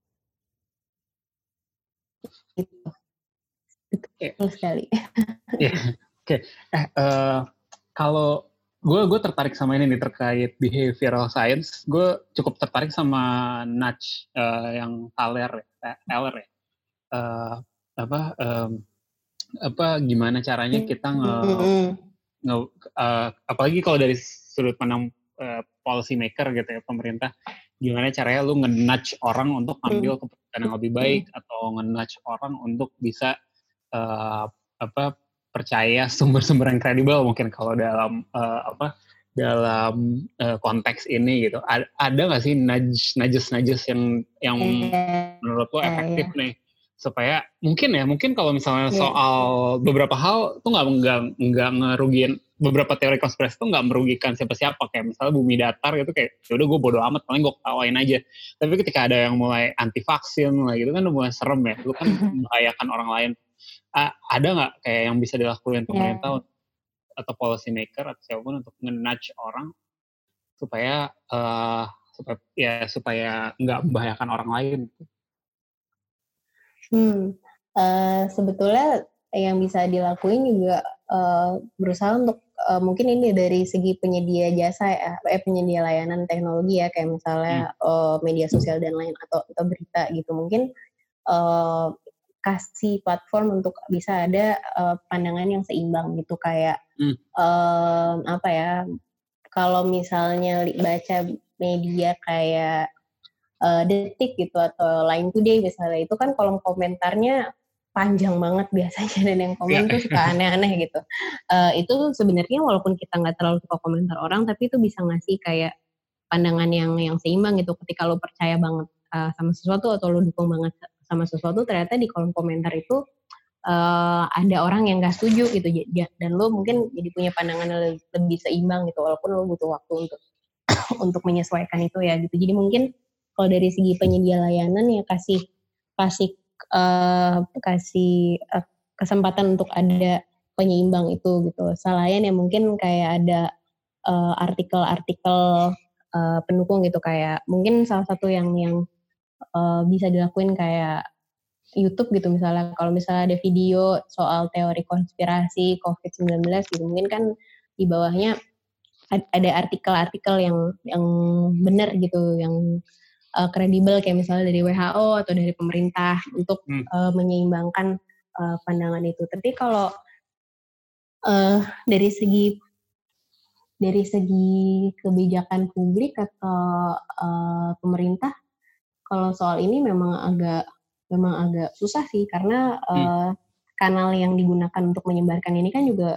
Itu, itu yeah. sekali. yeah. Oke, okay. eh uh, kalau gue gue tertarik sama ini nih terkait behavioral science, gue cukup tertarik sama nudge uh, yang Thaler, Thaler ya, uh, apa um, apa gimana caranya kita nge, nge uh, apalagi kalau dari sudut pandang Uh, policy maker gitu ya, pemerintah, gimana caranya lu nge-nudge orang untuk ambil keputusan yang lebih baik, atau nge-nudge orang untuk bisa uh, apa percaya sumber-sumber yang kredibel mungkin kalau dalam uh, apa dalam uh, konteks ini gitu. A- ada nggak sih nudge nudges nudges yang yang menurut lo efektif nih, supaya mungkin ya mungkin kalau misalnya soal beberapa hal tuh nggak nggak nggak ngerugiin, beberapa teori konspirasi itu nggak merugikan siapa-siapa, kayak misalnya bumi datar gitu, kayak yaudah gue bodo amat, paling gue ketawain aja. Tapi ketika ada yang mulai anti vaksin lah gitu kan udah mulai serem ya, lu kan membahayakan orang lain. A- ada nggak kayak yang bisa dilakuin pemerintah yeah. atau policy maker atau siapapun untuk nge-nudge orang supaya uh, supaya ya supaya nggak membahayakan orang lain? Hmm, uh, sebetulnya yang bisa dilakuin juga uh, berusaha untuk uh, mungkin ini dari segi penyedia jasa ya, eh, penyedia layanan teknologi ya, kayak misalnya hmm. uh, media sosial dan lain atau atau berita gitu, mungkin uh, kasih platform untuk bisa ada uh, pandangan yang seimbang gitu, kayak hmm. uh, apa ya, kalau misalnya baca media kayak Uh, Detik gitu atau Line Today misalnya, itu kan kolom komentarnya panjang banget biasanya, dan yang komen yeah. tuh suka aneh-aneh gitu. Uh, itu sebenarnya walaupun kita nggak terlalu suka komentar orang, tapi itu bisa ngasih kayak pandangan yang yang seimbang gitu. Ketika lo percaya banget uh, sama sesuatu atau lo dukung banget sama sesuatu, ternyata di kolom komentar itu uh, ada orang yang nggak setuju gitu, dan lo mungkin jadi punya pandangan yang lebih seimbang gitu, walaupun lo butuh waktu untuk untuk menyesuaikan itu ya gitu. Jadi mungkin kalau dari segi penyedia layanan ya kasih kasih uh, kasih uh, kesempatan untuk ada penyeimbang itu gitu. Selain ya mungkin kayak ada uh, artikel-artikel uh, pendukung gitu, kayak mungkin salah satu yang yang uh, bisa dilakuin kayak YouTube gitu misalnya. Kalau misalnya ada video soal teori konspirasi covid sembilan belas gitu, mungkin kan di bawahnya ada artikel-artikel yang yang benar gitu, yang kredibel uh, kayak misalnya dari W H O atau dari pemerintah untuk hmm. uh, menyeimbangkan uh, pandangan itu. Tapi kalau uh, dari segi dari segi kebijakan publik atau uh, pemerintah, kalau soal ini memang agak memang agak susah sih, karena uh, hmm. kanal yang digunakan untuk menyebarkan ini kan juga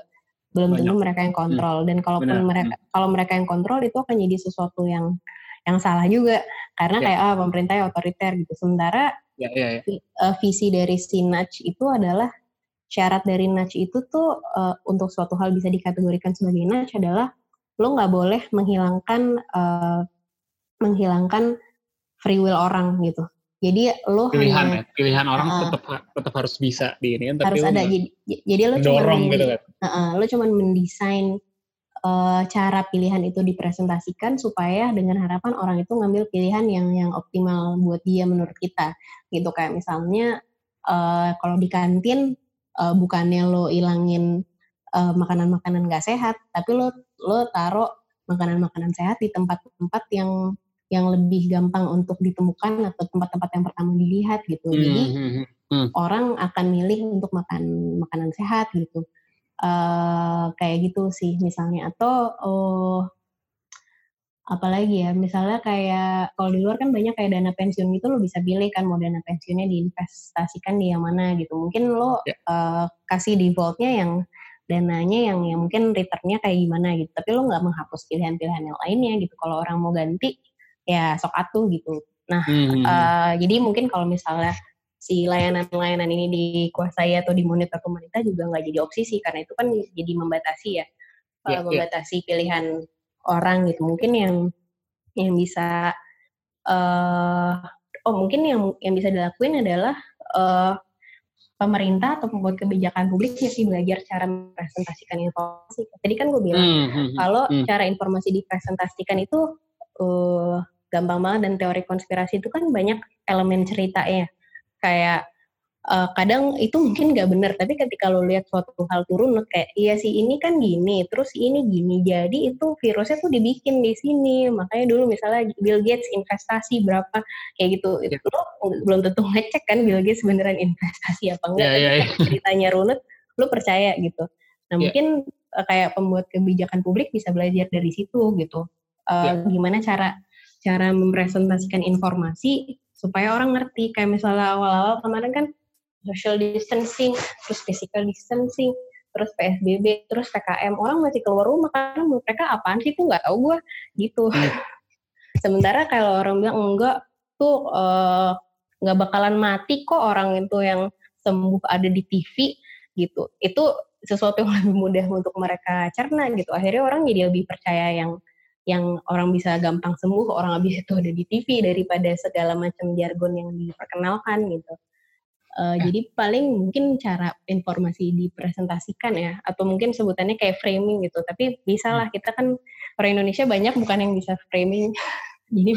belum tentu mereka yang kontrol. Dan kalaupun Benar. mereka hmm. kalau mereka yang kontrol itu akan jadi sesuatu yang yang salah juga karena yeah. kayak ah pemerintahnya otoriter gitu. Sementara yeah, yeah, yeah. Uh, visi dari si nudge itu adalah syarat dari nudge itu tuh uh, untuk suatu hal bisa dikategorikan sebagai nudge adalah lo nggak boleh menghilangkan uh, menghilangkan free will orang gitu. Jadi lo pilihan hanya, ya, pilihan orang uh, tetap tetap harus bisa di ini, harus ada. Jadi, jadi lo cuma gitu kan. Uh, uh, lo cuma mendesain uh, cara pilihan itu dipresentasikan supaya dengan harapan orang itu ngambil pilihan yang yang optimal buat dia menurut kita. Gitu kayak misalnya uh, kalau di kantin uh, bukannya lo ilangin uh, makanan-makanan nggak sehat, tapi lo lo taruh makanan-makanan sehat di tempat-tempat yang yang lebih gampang untuk ditemukan atau tempat-tempat yang pertama dilihat gitu. Hmm, Jadi hmm, hmm. orang akan milih untuk makan makanan sehat gitu. Uh, kayak gitu sih misalnya. Atau uh, apalagi ya, misalnya kayak kalau di luar kan banyak kayak dana pensiun gitu, lo bisa pilih kan mau dana pensiunnya diinvestasikan di yang mana gitu. Mungkin lo yeah. uh, kasih defaultnya yang dananya yang, yang mungkin returnnya kayak gimana gitu. Tapi lo nggak menghapus pilihan-pilihan yang lainnya gitu. Kalau orang mau ganti ya sok atuh gitu. Nah, hmm. uh, jadi mungkin kalau misalnya si layanan-layanan ini dikuasai atau dimonitor pemerintah juga nggak jadi opsi sih, karena itu kan jadi membatasi ya, yeah, uh, membatasi yeah. pilihan orang gitu. Mungkin yang yang bisa, uh, oh mungkin yang yang bisa dilakuin adalah uh, pemerintah atau pembuat kebijakan publik mesti belajar cara mempresentasikan informasi. Tadi kan gue bilang hmm. hmm. kalau hmm. cara informasi dipresentasikan itu uh, gampang banget, dan teori konspirasi itu kan banyak elemen ceritanya. Kayak uh, kadang itu mungkin nggak benar, tapi ketika lo lihat suatu hal turun kayak iya sih ini kan gini, terus ini gini, jadi itu virusnya tuh dibikin di sini, makanya dulu misalnya Bill Gates investasi berapa kayak gitu, itu lo belum tentu ngecek kan Bill Gates beneran investasi apa enggak, yeah, tapi yeah, yeah. ceritanya runut lo percaya gitu. Nah yeah. mungkin uh, kayak pembuat kebijakan publik bisa belajar dari situ gitu, uh, yeah. gimana cara cara mempresentasikan informasi supaya orang ngerti. Kayak misalnya awal-awal kemarin kan social distancing, terus physical distancing, terus P S B B, terus P K M, orang masih keluar rumah karena menurut mereka apaan sih tuh nggak tahu gue gitu. Hmm. Sementara kalau orang bilang enggak tuh nggak uh, bakalan mati kok orang itu yang sembuh ada di T V gitu. Itu sesuatu yang lebih mudah untuk mereka cerna gitu. Akhirnya orang jadi lebih percaya yang yang orang bisa gampang sembuh, orang habis itu ada di T V daripada segala macam jargon yang diperkenalkan gitu. Uh, ya. Jadi paling mungkin cara informasi dipresentasikan ya, atau mungkin sebutannya kayak framing gitu. Tapi bisa lah, kita kan orang Indonesia banyak bukan yang bisa framing, jadi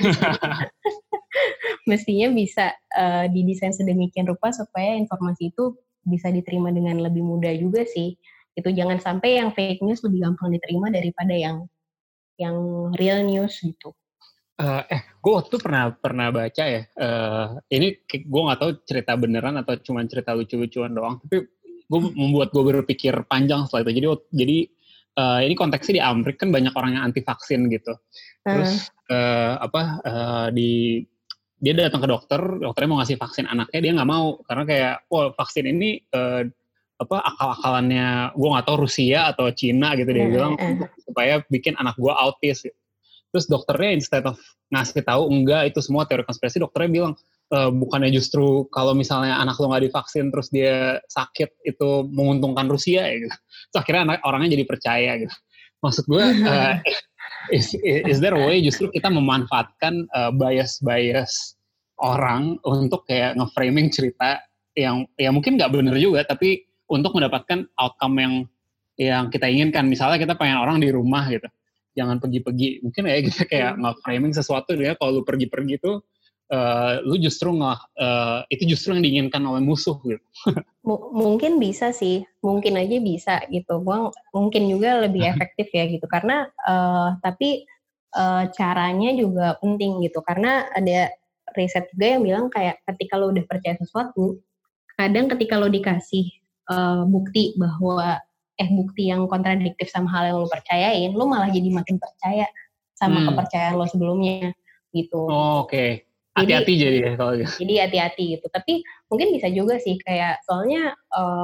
mestinya bisa uh, didesain sedemikian rupa supaya informasi itu bisa diterima dengan lebih mudah juga sih. Itu jangan sampai yang fake news lebih gampang diterima daripada yang yang real news gitu. Uh, eh, gue waktu itu pernah pernah baca ya. Uh, ini gue nggak tahu cerita beneran atau cuma cerita lucu-lucuan doang. Tapi gue membuat gue berpikir panjang setelah itu. Jadi, jadi uh, ini konteksnya di Amerika kan banyak orang yang anti vaksin gitu. Terus uh. Uh, apa uh, di dia datang ke dokter, dokternya mau ngasih vaksin anaknya, dia nggak mau karena kayak, wah vaksin ini uh, apa akal-akalannya gue nggak tahu Rusia atau Cina gitu, dia bilang supaya bikin anak gue autis. Terus dokternya instead of ngasih tahu enggak itu semua teori konspirasi, dokternya bilang e, bukannya justru kalau misalnya anak lo nggak divaksin terus dia sakit itu menguntungkan Rusia ya gitu. Terus akhirnya anak, orangnya jadi percaya gitu. Maksud gue uh, is, is there a way justru kita memanfaatkan uh, bias-bias orang untuk kayak nge-framing cerita yang ya mungkin nggak benar juga, tapi untuk mendapatkan outcome yang yang kita inginkan. Misalnya kita pengen orang di rumah gitu, jangan pergi-pergi. Mungkin ya kita kayak nge-framing sesuatu ya, kalau lu pergi-pergi tuh uh, lu justru nge, uh, itu justru yang diinginkan oleh musuh gitu. M- mungkin bisa sih, mungkin aja bisa gitu. Gua mungkin juga lebih efektif ya gitu. Karena uh, tapi uh, caranya juga penting gitu. Karena ada riset juga yang bilang kayak ketika lo udah percaya sesuatu, kadang ketika lo dikasih uh, bukti bahwa eh bukti yang kontradiktif sama hal yang lo percayain, lo malah jadi makin percaya sama hmm. kepercayaan lo sebelumnya gitu. Oh, oke. Okay. Hati-hati jadi, jadi ya kalau gitu. Jadi hati-hati gitu. Tapi mungkin bisa juga sih kayak soalnya uh,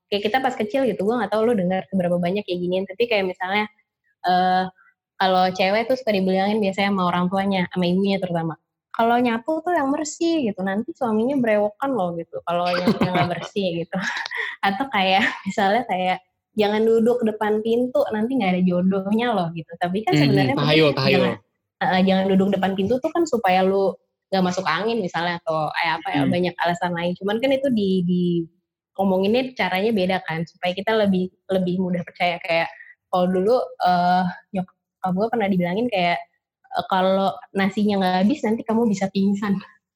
kayak kita pas kecil gitu, gue nggak tahu lu dengar seberapa banyak kayak ginian, tapi kayak misalnya uh, kalau cewek tuh suka dibilangin biasanya sama orang tuanya, sama ibunya terutama, kalau nyapu tuh yang bersih gitu, nanti suaminya berewokan loh gitu, kalau nyapunya nggak bersih gitu. Atau kayak misalnya kayak jangan duduk depan pintu, nanti nggak ada jodohnya loh gitu. Tapi kan sebenarnya mm-hmm. tahayul, tahayul. jangan uh, jangan duduk depan pintu tuh kan supaya lu nggak masuk angin misalnya, atau kayak apa ya, hmm. banyak alasan lain. Cuman kan itu di di ngomonginnya caranya beda kan, supaya kita lebih lebih mudah percaya. Kayak kalau dulu uh, nyokap gue pernah dibilangin kayak uh, kalau nasinya nggak habis nanti kamu bisa pingsan.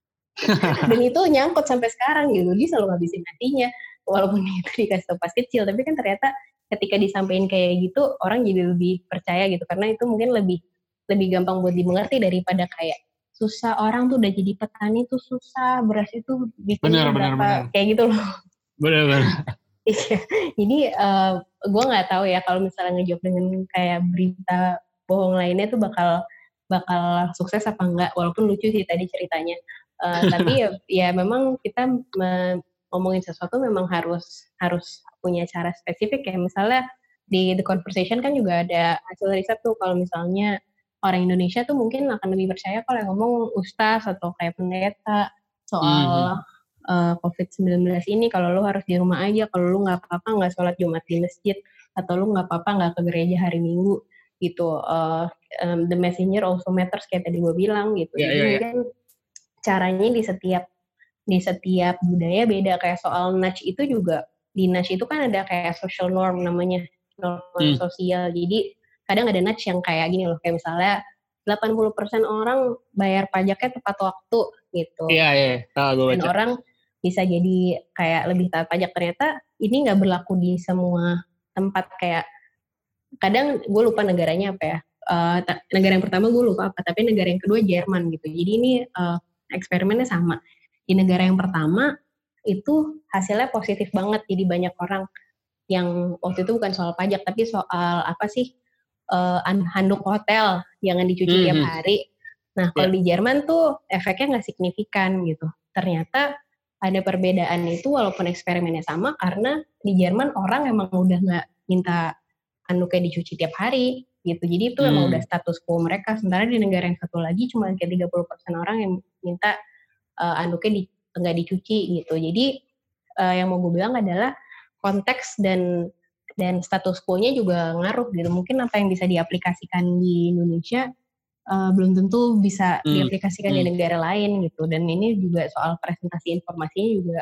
Dan itu nyangkut sampai sekarang gitu, dia selalu ngabisin nasinya walaupun itu dikasih tau pas kecil, tapi kan ternyata ketika disampaikan kayak gitu orang jadi lebih percaya gitu, karena itu mungkin lebih lebih gampang buat dimengerti daripada kayak susah, orang tuh udah jadi petani tuh susah, beras itu bikinnya benar, berapa benar, kayak gitu loh. Benar-benar. Jadi uh, gue nggak tahu ya kalau misalnya ngejawab dengan kayak berita bohong lainnya tuh bakal bakal sukses apa enggak, walaupun lucu sih tadi ceritanya. Uh, tapi ya, ya memang kita me- ngomongin sesuatu memang harus harus punya cara spesifik ya. Misalnya di The Conversation kan juga ada hasil riset tuh, kalau misalnya orang Indonesia tuh mungkin akan lebih percaya kalau yang ngomong ustaz atau kayak pendeta soal mm-hmm. uh, covid sembilan belas ini, kalau lu harus di rumah aja, kalau lu nggak apa-apa nggak sholat Jumat di masjid, atau lu nggak apa-apa nggak ke gereja hari Minggu gitu. Uh, um, the messenger also matters kayak tadi gue bilang gitu. Yeah, Jadi yeah, mungkin yeah. caranya di setiap di setiap budaya beda. Kayak soal nudge itu juga, di nudge itu kan ada kayak social norm namanya, norma hmm. sosial. Jadi kadang ada nudge yang kayak gini loh, kayak misalnya delapan puluh persen orang bayar pajaknya tepat waktu gitu. Iya, iya, tahu gue baca. Dan orang bisa jadi kayak lebih taat pajak. Ternyata ini nggak berlaku di semua tempat. Kayak kadang gue lupa negaranya apa ya. Uh, ta- negara yang pertama gue lupa apa, tapi negara yang kedua Jerman gitu. Jadi ini uh, eksperimennya sama. Di negara yang pertama itu hasilnya positif banget. Jadi banyak orang yang waktu itu bukan soal pajak, tapi soal apa sih, uh, handuk hotel jangan dicuci mm-hmm. tiap hari. Nah kalau yeah. di Jerman tuh efeknya nggak signifikan gitu. Ternyata ada perbedaan itu walaupun eksperimennya sama, karena di Jerman orang emang udah nggak minta handuknya dicuci tiap hari gitu. Jadi itu hmm. emang udah status quo mereka. Sementara di negara yang satu lagi cuma kayak tiga puluh persen orang yang minta uh, handuknya di, nggak dicuci gitu. Jadi uh, yang mau gue bilang adalah konteks dan dan status quo-nya juga ngaruh gitu. Mungkin apa yang bisa diaplikasikan di Indonesia uh, belum tentu bisa hmm. diaplikasikan hmm. di negara lain gitu. Dan ini juga soal presentasi informasinya juga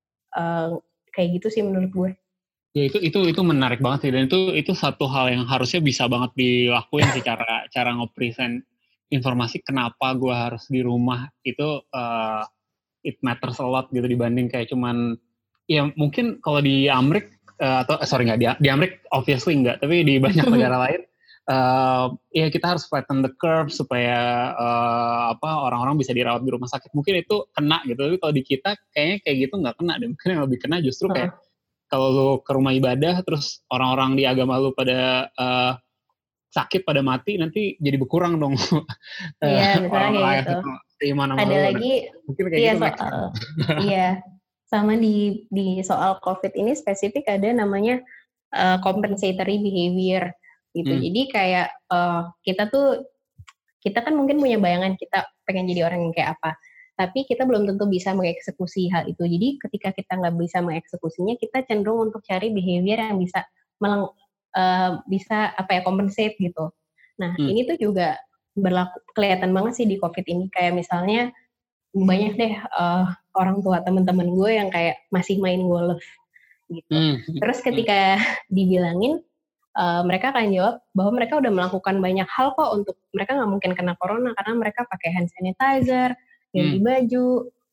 uh, kayak gitu sih menurut gue. Ya itu itu itu menarik banget sih, dan itu itu satu hal yang harusnya bisa banget dilakuin sih, cara cara nge-present informasi kenapa gue harus di rumah itu uh, it matters a lot gitu dibanding kayak cuman ya mungkin kalau di Amerika uh, atau sorry nggak di, di Amerika obviously nggak, tapi di banyak negara lain uh, ya kita harus flatten the curve supaya uh, apa orang-orang bisa dirawat di rumah sakit. Mungkin itu kena gitu, tapi kalau di kita kayaknya kayak gitu nggak kena, dan mungkin yang lebih kena justru kayak kalau lu ke rumah ibadah, terus orang-orang di agama lu pada uh, sakit, pada mati, nanti jadi berkurang dong. Iya, misalnya kayak gitu. Ada lu, lagi, mungkin kayak iya gitu soal, iya, sama di di soal COVID ini spesifik ada namanya uh, compensatory behavior gitu. Hmm. Jadi kayak uh, kita tuh, kita kan mungkin punya bayangan kita pengen jadi orang yang kayak apa, tapi kita belum tentu bisa mengeksekusi hal itu. Jadi ketika kita nggak bisa mengeksekusinya, kita cenderung untuk cari behavior yang bisa meleng, uh, bisa apa ya, compensate gitu. Nah hmm. ini tuh juga berlaku, kelihatan banget sih di COVID ini. Kayak misalnya banyak deh uh, orang tua teman-teman gue yang kayak masih main golf gitu. Hmm. Terus ketika dibilangin, uh, mereka akan jawab bahwa mereka udah melakukan banyak hal kok untuk, mereka nggak mungkin kena corona karena mereka pakai hand sanitizer, ganti hmm. baju,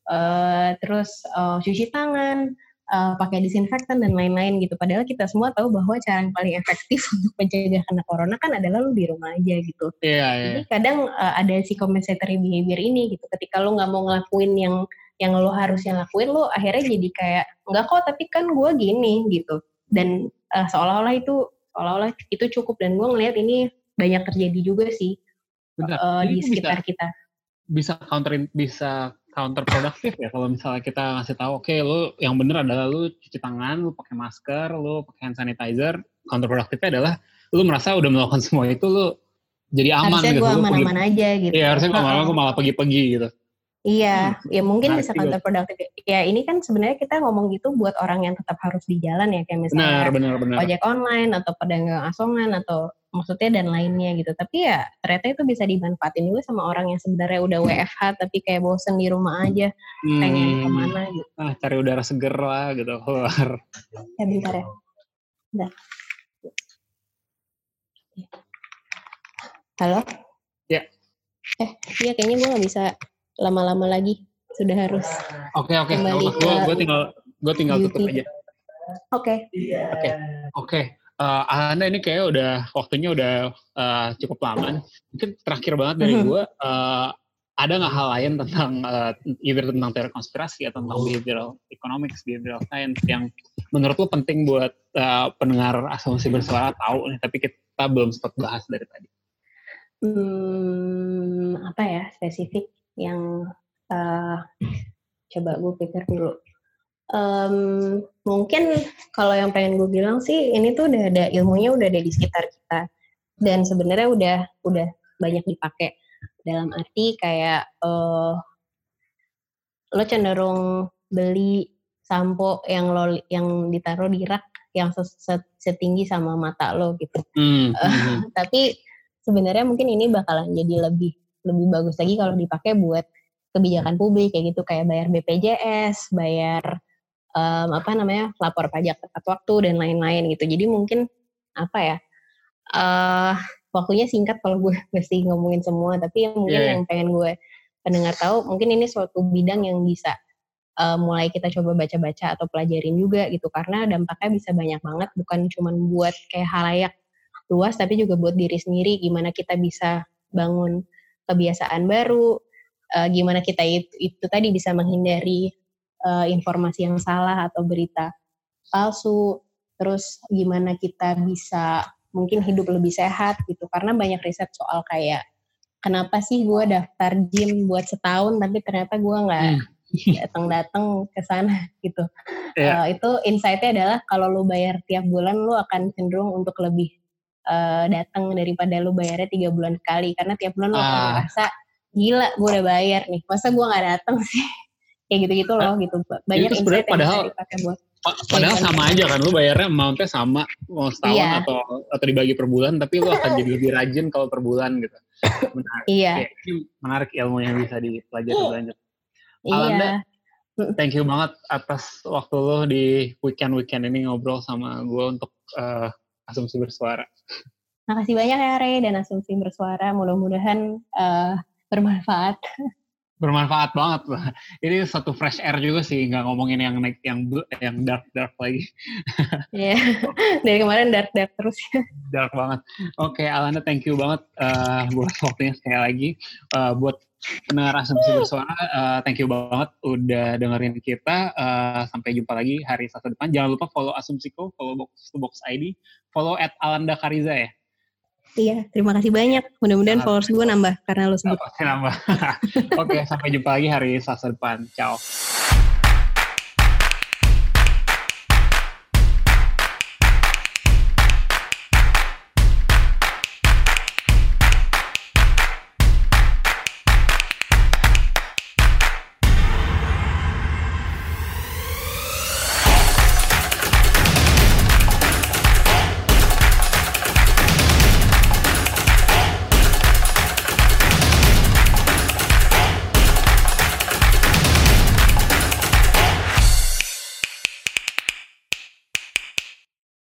uh, terus uh, cuci tangan, uh, pakai disinfektan dan lain-lain gitu. Padahal kita semua tahu bahwa cara yang paling efektif untuk mencegah kena corona kan adalah lu di rumah aja gitu. Yeah, yeah. Jadi kadang uh, ada si compensatory behavior ini gitu. Ketika lu nggak mau ngelakuin yang yang lu harusnya lakuin, lu akhirnya jadi kayak nggak kok, tapi kan gue gini gitu. Dan uh, seolah-olah itu seolah-olah itu cukup. Dan gue ngelihat ini banyak terjadi juga sih uh, di sekitar bisa. kita. Bisa counter bisa counterproductive ya kalau misalnya kita ngasih tahu oke okay, lu yang bener adalah lu cuci tangan, lu pakai masker, lu pakai hand sanitizer. Counterproductive-nya adalah lu merasa udah melakukan semua itu lu jadi aman harusnya gitu. Harusnya gue aman-aman aja gitu. Iya harusnya gue malah gue malah pergi-pergi gitu. Iya, hmm, ya mungkin bisa juga. counterproductive. Ya ini kan sebenarnya kita ngomong gitu buat orang yang tetap harus di jalan ya, kayak misalnya benar, benar, benar. ojek online atau pedagang asongan atau maksudnya dan lainnya gitu. Tapi ya ternyata itu bisa dimanfaatin juga sama orang yang sebenarnya udah W F H tapi kayak bosen di rumah aja, hmm, pengen kemana gitu. Ah, cari udara seger lah gitu keluar. Ya bentar ya. Bentar. Halo? Ya. Eh, iya kayaknya gue nggak bisa lama-lama lagi, sudah harus. Oke oke. Gue gue tinggal gue tinggal beauty. Tutup aja. Oke. Oke oke. Anda ini kayak udah waktunya udah uh, cukup lama. Mungkin terakhir banget dari gue, uh, ada nggak hal lain tentang uh, either tentang teori konspirasi atau tentang behavioral economics, behavioral science yang menurut lo penting buat uh, pendengar Asumsi Bersuara tahu nih, tapi kita belum sempat bahas dari tadi. Hmm, apa ya spesifik yang uh, coba gue pikir dulu. Um, mungkin kalau yang pengen gue bilang sih ini tuh udah ada ilmunya, udah ada di sekitar kita dan sebenarnya udah udah banyak dipakai dalam arti kayak uh, lo cenderung beli sampo yang lo yang ditaruh di rak yang setinggi sama mata lo gitu. Mm-hmm. Uh, tapi sebenarnya mungkin ini bakalan jadi lebih lebih bagus lagi kalau dipakai buat kebijakan publik kayak gitu, kayak bayar B P J S, bayar um, apa namanya lapor pajak tepat waktu dan lain-lain gitu. Jadi mungkin apa ya uh, waktunya singkat kalau gue mesti ngomongin semua, tapi mungkin yeah. yang pengen gue pendengar tahu mungkin ini suatu bidang yang bisa uh, mulai kita coba baca-baca atau pelajarin juga gitu, karena dampaknya bisa banyak banget, bukan cuma buat kayak halayak luas tapi juga buat diri sendiri, gimana kita bisa bangun kebiasaan baru, uh, gimana kita itu, itu tadi bisa menghindari uh, informasi yang salah atau berita palsu, terus gimana kita bisa mungkin hidup lebih sehat gitu, karena banyak riset soal kayak kenapa sih gue daftar gym buat setahun tapi ternyata gue nggak hmm. datang-datang ke sana gitu. Yeah. Uh, itu insight-nya adalah kalau lu bayar tiap bulan lu akan cenderung untuk lebih uh, datang daripada lu bayarnya tiga bulan sekali, karena tiap bulan lu akan ah. merasa gila gue udah bayar nih, masa gue nggak datang sih, kayak gitu-gitu loh gitu. Banyak insight yang bisa dipakai buat. Padahal sama aja kan, lu bayarnya amount-nya sama mau setahun yeah. atau atau dibagi per bulan, tapi lu akan jadi lebih rajin kalau per bulan gitu. Menarik. Iya. Ya, ini menarik ilmu yang bisa dipelajari banyak. Alanda, iya. Thank you banget atas waktu lo di weekend-weekend ini ngobrol sama gue untuk uh, Asumsi Bersuara. Makasih banyak ya Ray dan Asumsi Bersuara, mudah-mudahan uh, bermanfaat. Bermanfaat banget. Ini satu fresh air juga sih, nggak ngomongin yang naik yang yang dark dark lagi. Iya. Yeah. Dari kemarin dark dark terus. Dark banget. Oke, okay, Alanda, thank you banget uh, buat waktunya sekali lagi. Uh, buat pendengar Asumsi Bersuara, uh, thank you banget udah dengerin kita. Uh, sampai jumpa lagi hari Selasa depan. Jangan lupa follow Asumsiko, follow Box to Box I D, follow at Alanda Kariza ya. Iya, terima kasih banyak. Mudah-mudahan followers gue nambah karena lo sebut. Pasti nambah. Oke, sampai jumpa lagi hari Selasa depan. Ciao.